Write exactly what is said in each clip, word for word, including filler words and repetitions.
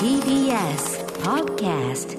ティービーエス Podcast。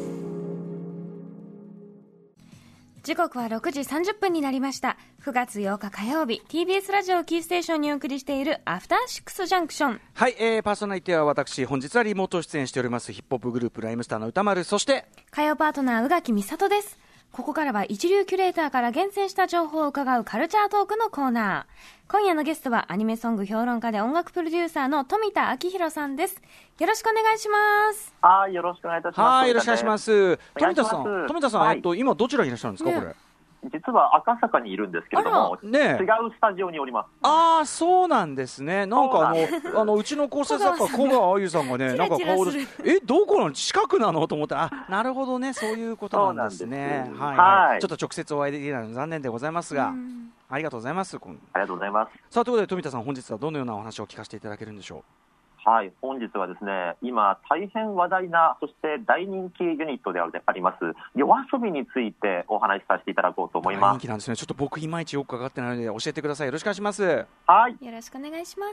時刻はろくじさんじゅっぷんになりました。くがつようか火曜日、 ティービーエス ラジオキーステーションにお送りしているアフターシックスジャンクション。 はい、えー、パーソナリティは私、本日はリモート出演しておりますヒップホップグループライムスターの歌丸、そして火曜パートナー宇垣美里です。ここからは一流キュレーターから厳選した情報を伺うカルチャートークのコーナー。今夜のゲストはアニメソング評論家で音楽プロデューサーの富田明宏さんです。よろしくお願いします。 はい、よろしくお願いいたします。 はい、よろしくお願いします。富田さん、富田さん、 はい、 えっと今どちらにいらっしゃるんですか、 ね、 これ。 実は赤坂にいるんですけれども、ね、違うスタジオにおります。 ああ、そうなんですね。なんかあのあのうちの構成作家小川あゆさんがね、なんか顔でえどこなの近くなのと思ったら、あ、なるほどね、そういうことなんですね。 すはい、 はい、 ちょっと直接お会いできないの残念でございますが、ありがとうございます。 ありがとうございます。 さあ、ということで富田さん、本日はどのようなお話を聞かせていただけるんでしょう。 はい、本日はですね、今大変話題な、そして大人気ユニットでありますYOASOBIについてお話しさせていただこうと思います。 大人気なんですね。ちょっと僕いまいちよくかかってないので教えてください。よろしくお願いします。 はい、 よろしくお願いします。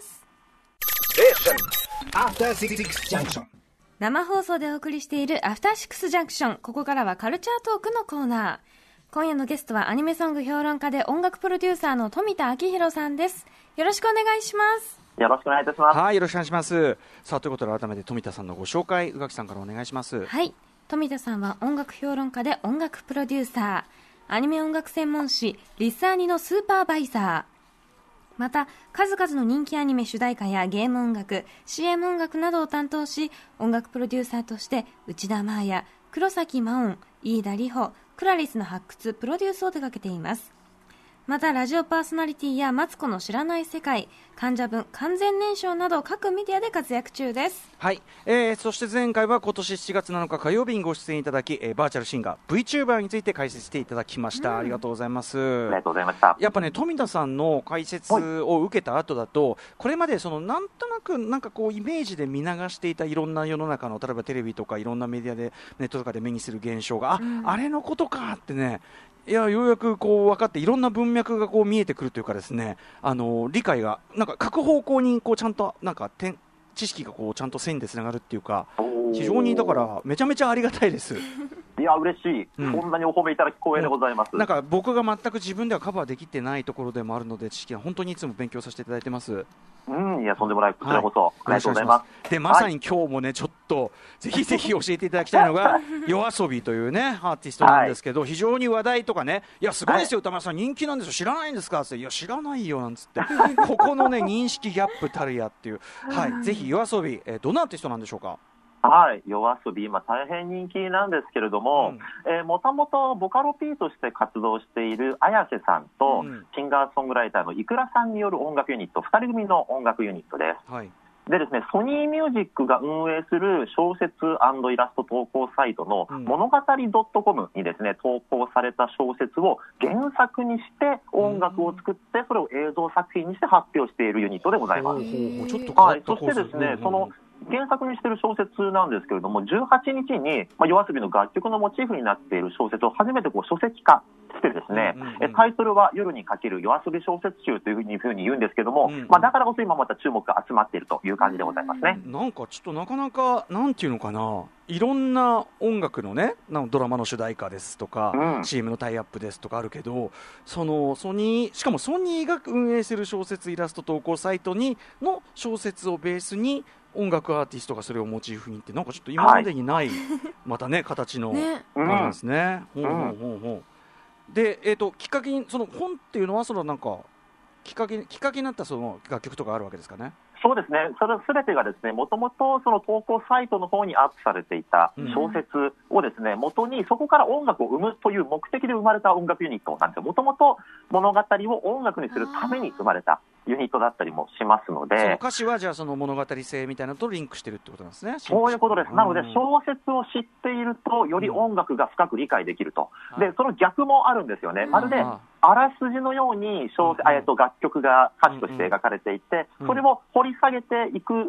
アフターシックスジャンクション、 生放送でお送りしているアフターシックスジャンクション。ここからはカルチャートークのコーナー。今夜のゲストはアニメソング評論家で音楽プロデューサーの富田明宏さんです。よろしくお願いします。 よろしくお願いいたします。 はい、よろしくお願いします。さあ、ということで改めて富田さんのご紹介、宇垣さんからお願いします。 はい、富田さんは音楽評論家で音楽プロデューサー、アニメ音楽専門誌リスアニのスーパーバイザー、また数々の人気アニメ主題歌やゲーム音楽、 シーエム 音楽などを担当し、音楽プロデューサーとして内田真礼、黒崎真音、飯田里穂、クラリスの発掘、プロデュースを手掛けています。またラジオパーソナリティやマツコの知らない世界、患者分、完全燃焼など各メディアで活躍中です。 はい、えー、そして前回は今年しちがつなのか火曜日にご出演いただき、えー、バーチャルシンガー VTuber について解説していただきました、うん、ありがとうございます。 ありがとうございました。 やっぱね、富田さんの解説を受けた後だと、これまでそのなんとなくなんかこうイメージで見流していたいろんな世の中の、例えばテレビとかいろんなメディアでネットとかで目にする現象が、あ、うん、あれのことかってね、いや、ようやくこう分かって、いろんな文脈がこう見えてくるというかですね、あの理解がなんか各方向にこうちゃんとなんか点知識がこうちゃんと線でつながるっていうか、非常にだからめちゃめちゃありがたいです。 いや、嬉しい、うん、そんなにお褒めいただき光栄でございます、うん、 なんか僕が全く自分ではカバーできてないところでもあるので、知識は本当にいつも勉強させていただいてます。 うん、いや、とんでもない、こちらこそ、はい、ありがとうございます。 で、まさに今日もね、ちょっとぜひぜひ教えていただきたいのがYOASOBIというねアーティストなんですけど、はい、非常に話題とかね、いやすごいですよ、歌丸さん人気なんですよ、知らないんですかって、いや知らないよなんつってここのね認識ギャップたるやっていう、はい、ぜひYOASOBI、えー、どんなアーティストなんでしょうか。 はい、YOASOBI、今大変人気なんですけれども、うん、えー、もともとボカロ P として活動している綾瀬さんと、うん、シンガーソングライターのiKURAさんによる音楽ユニット、ふたり組の音楽ユニットです。はい、でですね、ソニーミュージックが運営する小説&イラスト投稿サイトの物語 .com にですね、投稿された小説を原作にして音楽を作って、それを映像作品にして発表しているユニットでございます。はい、そしてですね、その原作にしている小説なんですけれども、じゅうはちにちに、まあ、YOASOBIの楽曲のモチーフになっている小説を初めてこう書籍化してですね、うんうんうん、タイトルは夜にかけるYOASOBI小説集というふうに、ふうに言うんですけども、うんうん、まあ、だからこそ今また注目が集まっているという感じでございますね。 なんかちょっとなかなかなんていうのかな、いろんな音楽のね、ドラマの主題歌ですとか、うん、シーエム のタイアップですとかあるけど、そのソニー、しかもソニーが運営する小説イラスト投稿サイトにの小説をベースに音楽アーティストがそれをモチーフにって、なんかちょっと今までにない、はい、またね形のなんですね。ほうほうほうほう。で、えーと、きっかけにその本っていうのはそのなんかきっかけきっかけになったその楽曲とかあるわけですかね。 そうですね、それすべてがですね、もともとその投稿サイトの方にアップされていた小説をですね、元にそこから音楽を生むという目的で生まれた音楽ユニットなんですよ。もともと物語を音楽にするために生まれたユニットだったりもしますので、 その歌詞はじゃあその物語性みたいなのとリンクしてるってことなんですね。 そういうことです。なので小説を知っているとより音楽が深く理解できると、うん、でその逆もあるんですよね。まるであらすじのように小説、うん、えっと楽曲が歌詞として描かれていて、うん、それを掘り下げていくと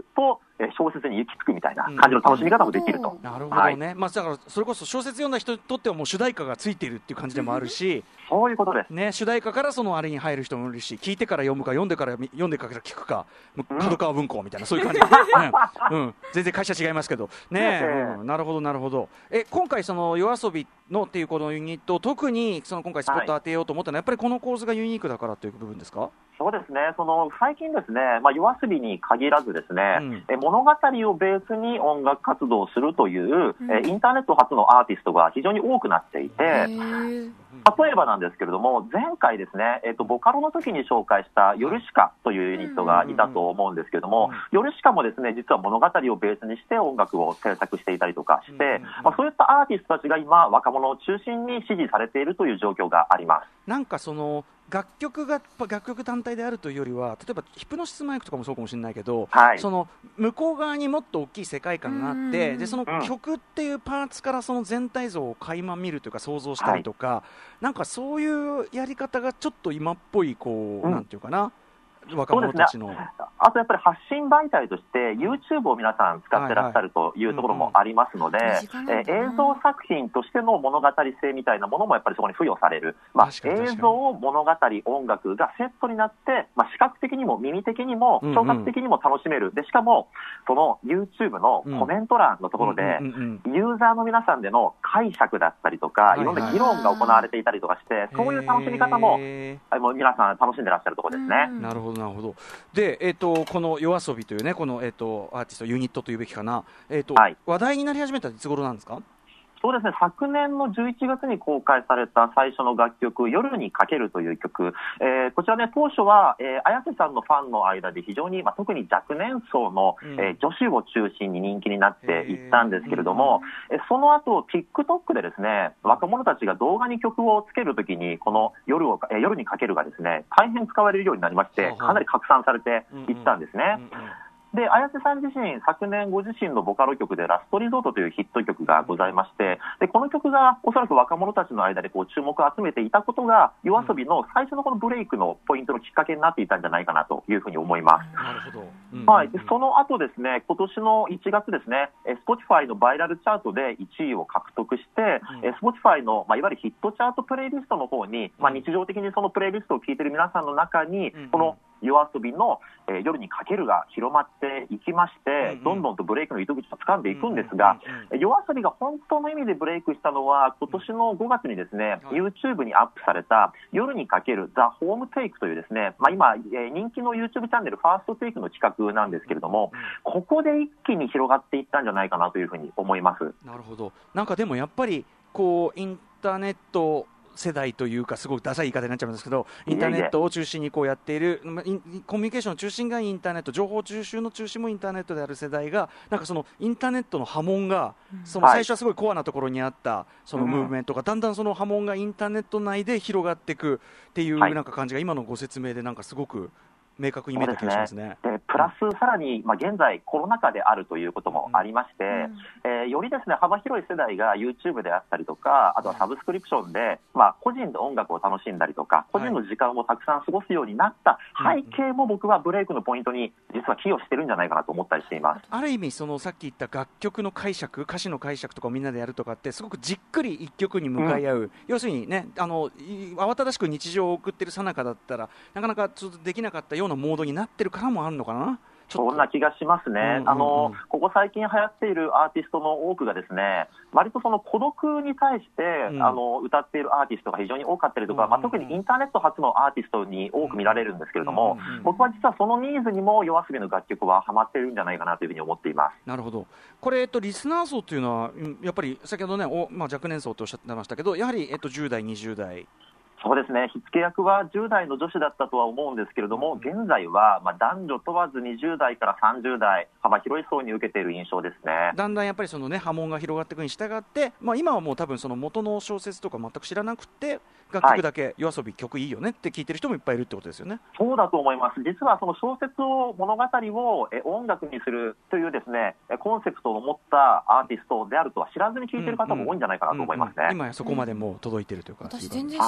小説に行き着くみたいな感じの楽しみ方もできると、 うん、なるほどね、はい、まあ、だからそれこそ小説読んだ人にとってはもう主題歌がついているっていう感じでもあるし、 そういうことです、 ね、主題歌からそのあれに入る人もいるし、聞いてから読むか読んでから読んでから聞くか、角川文庫みたいな、そういう感じ、ねうん、全然会社違いますけどね、うん、なるほどなるほど。え今回その夜遊びのっていうこのユニット、特にその今回スポット当てようと思ったのは、はい、やっぱりこの構図がユニークだからという部分ですか？ そうですね、その最近ですね、まあ、夜遊びに限らずですね、うん、え物語をベースに音楽活動をするという、うん、えインターネット発のアーティストが非常に多くなっていて、例えばなんですけれども、前回ですね、えっと、ボカロの時に紹介したヨルシカというユニットがいたと思うんですけれども、ヨルシカもですね、実は物語をベースにして音楽を制作していたりとかして、まあ、そういったアーティストたちが今若者を中心に支持されているという状況があります。 なんかその楽曲が楽曲単体であるというよりは、例えばヒプノシスマイクとかもそうかもしれないけど、はい、その向こう側にもっと大きい世界観があって、でその曲っていうパーツからその全体像を垣間見るというか想像したりとか、はい、なんかそういうやり方がちょっと今っぽいこう、うん、なんていうかな、若者たちの、ね、 あとやっぱり発信媒体として YouTube を皆さん使ってらっしゃるというところもありますので、映像作品としての物語性みたいなものもやっぱりそこに付与される、まあ、映像、物語、音楽がセットになって、まあ、視覚的にも耳的にも聴覚的にも楽しめる、うんうん、でしかもその YouTube のコメント欄のところで、ユーザーの皆さんでの解釈だったりとか、いろんな議論が行われていたりとかして、そういう楽しみ方も皆さん楽しんでらっしゃるところですね。 なるほどなるほど。で、えー、とこの夜遊びというね、この、えー、とアーティストユニットというべきかな、えーとはい、話題になり始めたのはいつ頃なんですか？ そうですね、昨年のじゅういちがつに公開された最初の楽曲、夜にかけるという曲、えー、こちらね、当初は、えー、綾瀬さんのファンの間で非常に、まあ、特に若年層の、うんえー、女子を中心に人気になっていったんですけれども、えー、その後 TikTok でですね、若者たちが動画に曲をつけるときにこの夜を、えー、夜にかけるがですね、大変使われるようになりまして、かなり拡散されていったんですね。うんうんうんうんで、綾瀬さん自身、昨年ご自身のボカロ曲でラストリゾートというヒット曲がございまして、でこの曲がおそらく若者たちの間でこう注目を集めていたことが、夜遊びの最初のこのブレイクのポイントのきっかけになっていたんじゃないかなというふうに思います。 なるほど。うんうんうん、 はい。で、その後ですね、今年のいちがつですね、Spotify のバイラルチャートでいちいを獲得して、うん、Spotify の、まあ、いわゆるヒットチャートプレイリストの方に、まあ、日常的にそのプレイリストを聴いている皆さんの中に、うんうん、この夜遊びの、えー、夜にかけるが広まっていきまして、うんうん、どんどんとブレイクの糸口を掴んでいくんですが、うんうんうん、夜遊びが本当の意味でブレイクしたのは今年のごがつにですね、うん、YouTube にアップされた夜にかけるザ・ホームテイクというですね、まあ、今、えー、人気の YouTube チャンネルファーストテイクの企画なんですけれども、うん、ここで一気に広がっていったんじゃないかなというふうに思います。 なるほど。なんかでもやっぱりこうインターネット世代というか、すごくダサい言い方になっちゃうんですけど、インターネットを中心にこうやっている、コミュニケーションの中心がインターネット、情報収集の中心もインターネットである世代が、なんかそのインターネットの波紋が、その最初はすごいコアなところにあったそのムーブメントが、だんだんその波紋がインターネット内で広がっていくっていうなんか感じが、今のご説明でなんかすごく明確に見えた気がしますね。 でプラスさらに、まあ、現在コロナ禍であるということもありまして、うんえー、よりですね幅広い世代が YouTube であったりとか、あとはサブスクリプションで、まあ、個人で音楽を楽しんだりとか、個人の時間をたくさん過ごすようになった背景も、僕はブレイクのポイントに実は寄与してるんじゃないかなと思ったりしています。 ある意味そのさっき言った楽曲の解釈、歌詞の解釈とかをみんなでやるとかって、すごくじっくり一曲に向かい合う、うん、要するにね、あの慌ただしく日常を送ってる最中だったらなかなかちょっとできなかったようなモードになってるからもあるのかな。 そんな気がしますね、うんうんうん、あのここ最近流行っているアーティストの多くがですね、割とその孤独に対して、うん、あの歌っているアーティストが非常に多かったりとか、うんうんうん、まあ、特にインターネット発のアーティストに多く見られるんですけれども、うんうんうん、僕は実はそのニーズにも夜遊びの楽曲はハマっているんじゃないかなというふうに思っています。 なるほど。これ、えっと、リスナー層というのはやっぱり先ほどね、お、まあ、若年層とおっしゃってましたけど、やはり、えっと、じゅう代にじゅう代。 そうですね、火付け役はじゅう代の女子だったとは思うんですけれども、現在はまあ男女問わずにじゅう代からさんじゅう代、幅広い層に受けている印象ですね。 だんだんやっぱりその、ね、波紋が広がっていくに従って、まあ、今はもう多分その元の小説とか全く知らなくて、楽曲だけ、はい、夜遊び曲いいよねって聞いてる人もいっぱいいるってことですよね。 そうだと思います。実はその小説を、物語をえ音楽にするというですね、コンセプトを持ったアーティストであるとは知らずに聞いてる方も多いんじゃないかなと思いますね。 今やそこまでもう届いているというか、 私全然知りません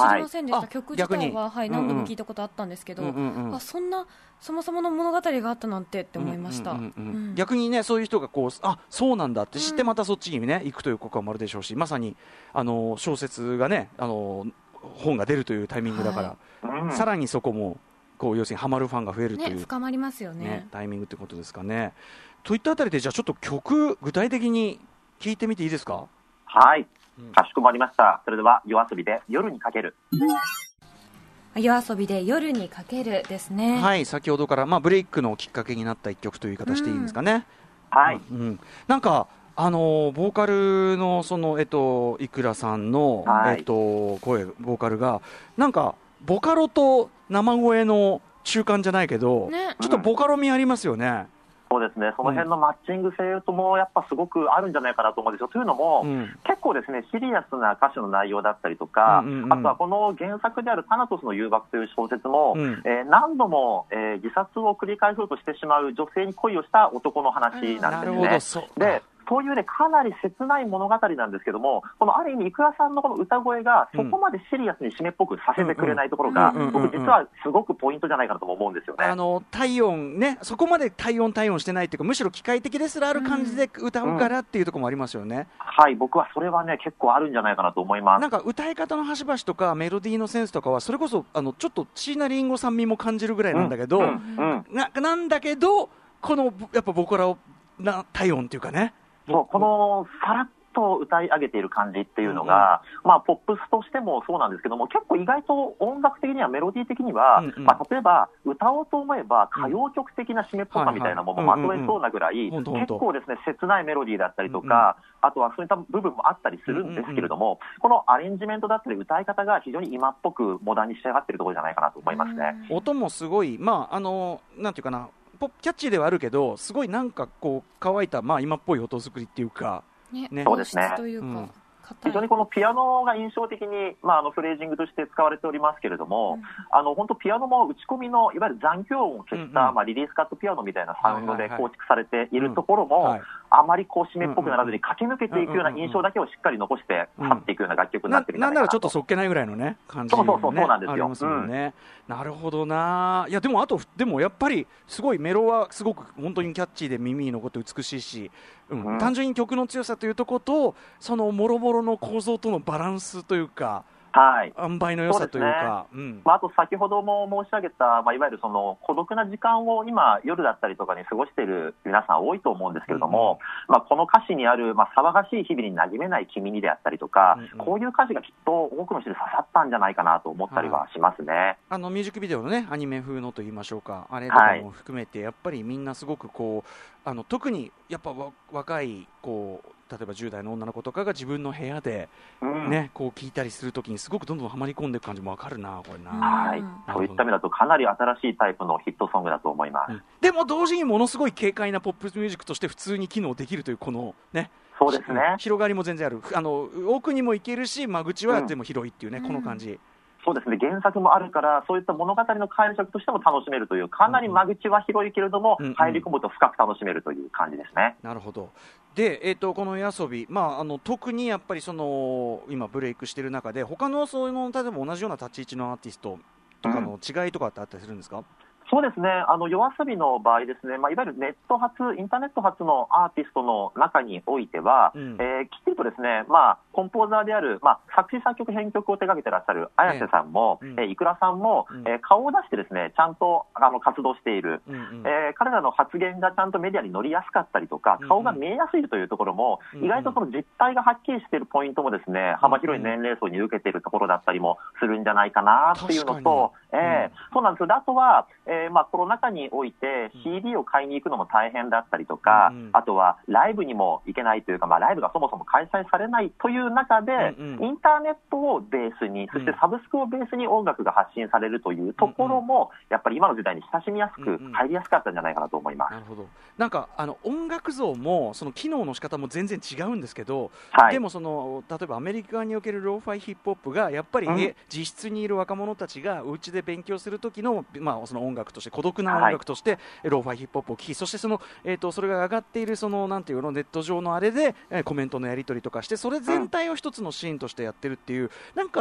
んでした。曲自体は、はい、何度も聞いたことあったんですけど、うんうんうん、あそんなそもそもの物語があったなんてって思いました。うんうんうんうん、 逆にね、そういう人がこう、あ、そうなんだって知ってまたそっちにね、行くということもあるでしょうし、まさにあの小説がね、あの本が出るというタイミングだから、はい、さらにそこもこう要するにハマるファンが増えるという、 ね、深まりますよね、 ね、タイミングってことですかね。といったあたりで、じゃあちょっと曲具体的に聞いてみていいですか。 はい、かしこまりました。それでは夜遊びで夜にかける。 夜遊びで夜にかけるですね。 はい、先ほどから、まあ、ブレイクのきっかけになった一曲という言い方していいんですかね。 うん、はい、 うん、なんかあのボーカルのその、えっと、いくらさんの、はい、えっと、声ボーカルがなんかボカロと生声の中間じゃないけど、ね、ちょっとボカロ味ありますよね。うん、 そうですね、その辺のマッチング性ともやっぱすごくあるんじゃないかなと思うんですよ。というのも、うん、結構ですねシリアスな歌詞の内容だったりとか、うんうんうん、あとはこの原作であるタナトスの誘惑という小説も、うん、えー、何度も、えー、自殺を繰り返そうとしてしまう女性に恋をした男の話なんですね。うん、なるほど、そうでそういう、ね、かなり切ない物語なんですけども、このある意味いくらさんのこの歌声がそこまでシリアスに締めっぽくさせてくれないところが、僕実はすごくポイントじゃないかなとも思うんですよね。 あの体温ね、そこまで体温体温してないっていうか、むしろ機械的ですらある感じで歌うからっていうところもありますよね。うんうん、 はい、僕はそれはね結構あるんじゃないかなと思います。 なんか歌い方の端々とかメロディーのセンスとかはそれこそあのちょっと椎名林檎さん味も感じるぐらいなんだけど、うんうんうん、な, なんだけどこのやっぱ僕らをな体温っていうかね、 そうこのさらっと歌い上げている感じっていうのが、うんうん、まあ、ポップスとしてもそうなんですけども、結構意外と音楽的にはメロディー的には、うんうん、まあ、例えば歌おうと思えば歌謡曲的な締めっぽさみたいなものもまとめそうなぐらい、結構ですね切ないメロディーだったりとか、うんうん、あとはそういった部分もあったりするんですけれども、うんうんうん、このアレンジメントだったり歌い方が非常に今っぽくモダンに仕上がっているところじゃないかなと思いますね。 音もすごい、まあ、あのなんていうかな、キャッチーではあるけど、すごいなんかこう乾いた、まあ、今っぽい音作りっていうか、 ねね、 そうですね、 というか、うん、 非常にこのピアノが印象的に、まあ、あのフレージングとして使われておりますけれども、うん、あの本当ピアノも打ち込みのいわゆる残響音を消した、うんうん、まあ、リリースカットピアノみたいなサウンドで構築されているところも、はいはいはい、あまりこう締めっぽくならずに駆け抜けていくような印象だけをしっかり残して去っていくような楽曲になってるんじゃないかなと。 な, なんならちょっとそっけないぐらいのね感じ、ね、 そうそうそうそうなんですよ。 ありますもんね、うん、なるほどな。いやでもあとでもやっぱりすごいメロはすごく本当にキャッチーで耳に残って美しいし、うんうん、単純に曲の強さというところとそのもろもろの構造とのバランスというか、 はい、 塩梅の良さというか、 そうですね、うん、まあ、あと先ほども申し上げた、まあ、いわゆるその孤独な時間を今夜だったりとかに過ごしている皆さん多いと思うんですけれども、うん、まあ、この歌詞にある、まあ、騒がしい日々に馴染めない君にであったりとか、うんうん、こういう歌詞がきっと多くの人に刺さったんじゃないかなと思ったりはしますね、はい、 あのミュージックビデオのねアニメ風のと言いましょうか、あれとかも含めてやっぱりみんなすごくこうあの特にやっぱ若いこう例えばじゅう代の女の子とかが自分の部屋で、ね、うん、こう聞いたりするときにすごくどんどんはまり込んでいく感じもわかるな、これな。 はい、そういった意味だとかなり新しいタイプのヒットソングだと思います、うん、 でも同時にものすごい軽快なポップミュージックとして普通に機能できるというこのね、 そうですね、 広がりも全然ある、あの奥にも行けるし間口はでも広いっていうね、うん、この感じ、 そうですね、原作もあるからそういった物語の解釈としても楽しめるという、かなり間口は広いけれども、うんうん、入り込むと深く楽しめるという感じですね。 なるほど。で、えー、とこの夜遊び、まあ、あの特にやっぱりその今ブレイクしている中で他のそういうの例えば同じような立ち位置のアーティストとかの違いとかってあったりするんですか？うん、 そうですね、あの夜遊びの場合ですね、まあ、いわゆるネット発、インターネット発のアーティストの中においては、うん、えー、きっちりとですね、まあ、コンポーザーである、まあ、作詞作曲編曲を手掛けてらっしゃる綾瀬さんも、えーうん、えー、いくらさんも、うん、えー、顔を出してですねちゃんとあの活動している、うんうん、えー、彼らの発言がちゃんとメディアに乗りやすかったりとか、顔が見えやすいというところも、うんうん、意外とその実態がはっきりしているポイントもですね、幅広い年齢層に受けているところだったりもするんじゃないかなっていうのと、えーうん、そうなんですよ。であとは、えーまあ、コロナ禍において シーディー を買いに行くのも大変だったりとか、うんうん、あとはライブにも行けないというか、まあ、ライブがそもそも開催されないという中で、うんうん、インターネットをベースに、そしてサブスクをベースに音楽が発信されるというところも、うんうん、やっぱり今の時代に親しみやすく、入りやすかったんじゃないかなと思います。 なるほど。なんかあの音楽像もその機能の仕方も全然違うんですけど、 はい、 でもその例えばアメリカにおけるローファイヒップホップがやっぱり、うん、え自室にいる若者たちがお家で勉強する時の、まあ、その音楽として孤独な音楽として、はい、ローファイヒップホップを聴き、そしてその、えーと、それが上がっているそのなんていうのネット上のあれで、えー、コメントのやり取りとかしてそれ全体を一つのシーンとしてやってるっていう、なんか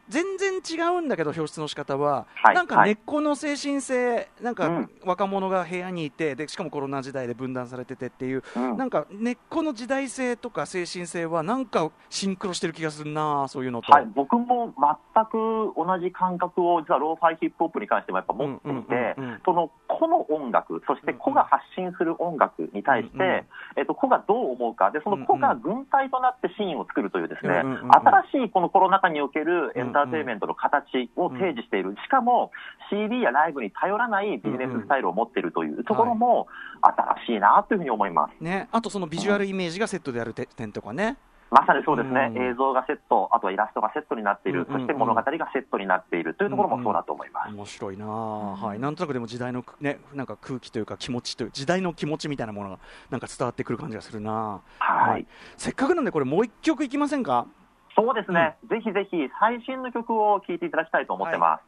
全然違うんだけど表出の仕方は、 はい、 なんか根っこの精神性、なんかうん、 若者が部屋にいてでしかもコロナ時代で分断されててっていう、 うん、 なんか根っこの時代性とか精神性はなんかシンクロしてる気がするな、そういうのと、 はい、僕も全く同じ感覚を実はローファイヒップホップに関してもやっぱ持っていて、その個の音楽、そして個が発信する音楽に対して、うんうん、えっと、個がどう思うかで、その個が群体となってシーンを作るというですね、うんうんうん、新しいこのコロナ禍におけるエンターテインメントの形を提示している、しかも シーディー やライブに頼らないビジネススタイルを持っているというところも新しいなというふうに思います、 ね、あとそのビジュアルイメージがセットである点とかね、 まさにそうですね、うん、映像がセット、あとはイラストがセットになっている、うんうんうん、そして物語がセットになっているというところもそうだと思います。 うんうん、面白いな、はい、なんとなくでも時代の、ね、なんか空気というか気持ちという時代の気持ちみたいなものがなんか伝わってくる感じがするな、 はいはい、 せっかくなんでこれもう一曲いきませんか。 そうですね、うん、ぜひぜひ最新の曲を聴いていただきたいと思ってます、はい、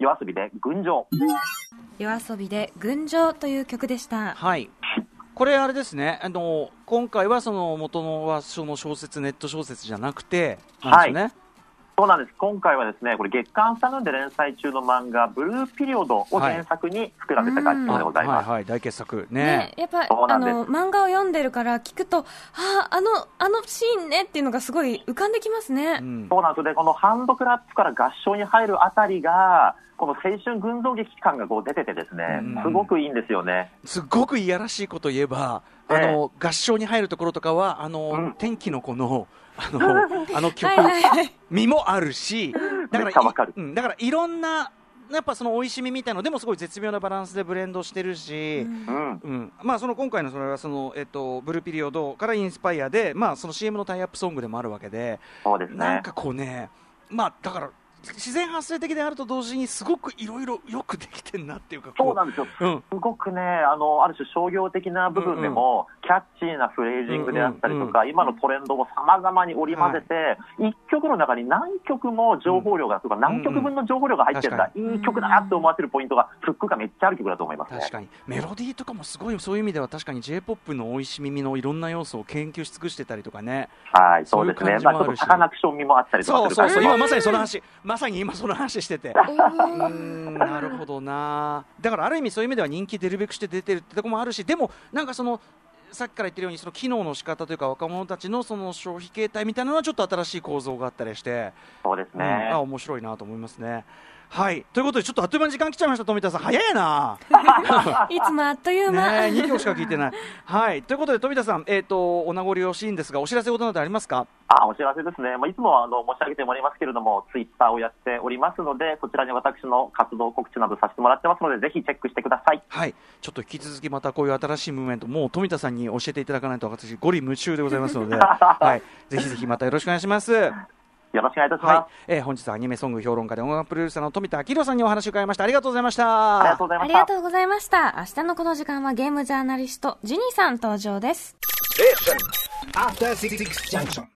夜遊びで群青。 夜遊びで群青という曲でした。 はい、これあれですね、あの今回はその元のはその小説、ネット小説じゃなくてなんですね、はい、 そうなんです。今回はですね、これ月刊サヌーンで連載中の漫画ブルーピリオドを原作に作られた楽曲でございます。 はいはいはい、大傑作ね。 ね、やっぱあの漫画を読んでるから聞くと、ああのあのシーンねっていうのがすごい浮かんできますね。 うん、 そうなんですね。このハンドクラップから合唱に入るあたりが。この青春群像劇感がこう出ててですね、うん、すごくいいんですよね。 すごくいやらしいこと言えば、あの、えー、合唱に入るところとかはあの、うん、天気の子のあのあの曲味もあるし、だからわかる、 うん、だからいろんなやっぱその美味しみみたいのでもすごい絶妙なバランスでブレンドしてるし、うんうん、まあその今回のそれはそのえっとブルーピリオドからインスパイアで、まあその シーエム のタイアップソングでもあるわけで、 そうですね。 なんかこうね、まあだから。自然発生的であると同時にすごくいろいろよくできてるなっていうか、 そうなんですよ、うん、すごくね、あのある種商業的な部分でも、うんうん、キャッチーなフレージングであったりとか、うんうん、今のトレンドをさまざまに織り交ぜて、はい、いっきょくの中に何曲も情報量が、うん、とか何曲分の情報量が入ってるんだ、うんうん、いい曲だなって思わせるポイントがフックがめっちゃある曲だと思いますね。 確かにメロディーとかもすごい、そういう意味では確かに J-ポップ の美味し耳のいろんな要素を研究し尽くしてたりとかね。 はい、そうですね。まあ、ちょっとサカナクション味もあったりとかする。 そうそうそう、今まさにその話まさに今その話しててうーん、なるほどな。だからある意味そういう意味では人気出るべくして出てるってところもあるし、でもなんかそのさっきから言ってるようにその機能の仕方というか若者たちのその消費形態みたいなのはちょっと新しい構造があったりして、 そうですね、 うん、あ面白いなと思いますね。はい、ということでちょっとあっという間に時間来ちゃいました。富田さん早いないつもあっという間、 ね、にきょくしか聞いてないはいということで富田さん、えーとお名残惜しいんですがお知らせことなどありますか。 あお知らせですね、まあ、いつもあの申し上げておりますけれどもツイッターをやっておりますのでそちらに私の活動告知などさせてもらってますのでぜひチェックしてください。 はい、ちょっと引き続きまたこういう新しいムーブメントもう富田さんに教えていただかないと私ゴリ夢中でございますので、はい、ぜひぜひまたよろしくお願いします。 よろしくお願いいたします。はい、 えー、本日はアニメソング評論家で音楽プロデューサーの富田明宏さんにお話を伺いました。ありがとうございました。 ありがとうございました。 ありがとうございました。明日のこの時間はゲームジャーナリストジニーさん登場です。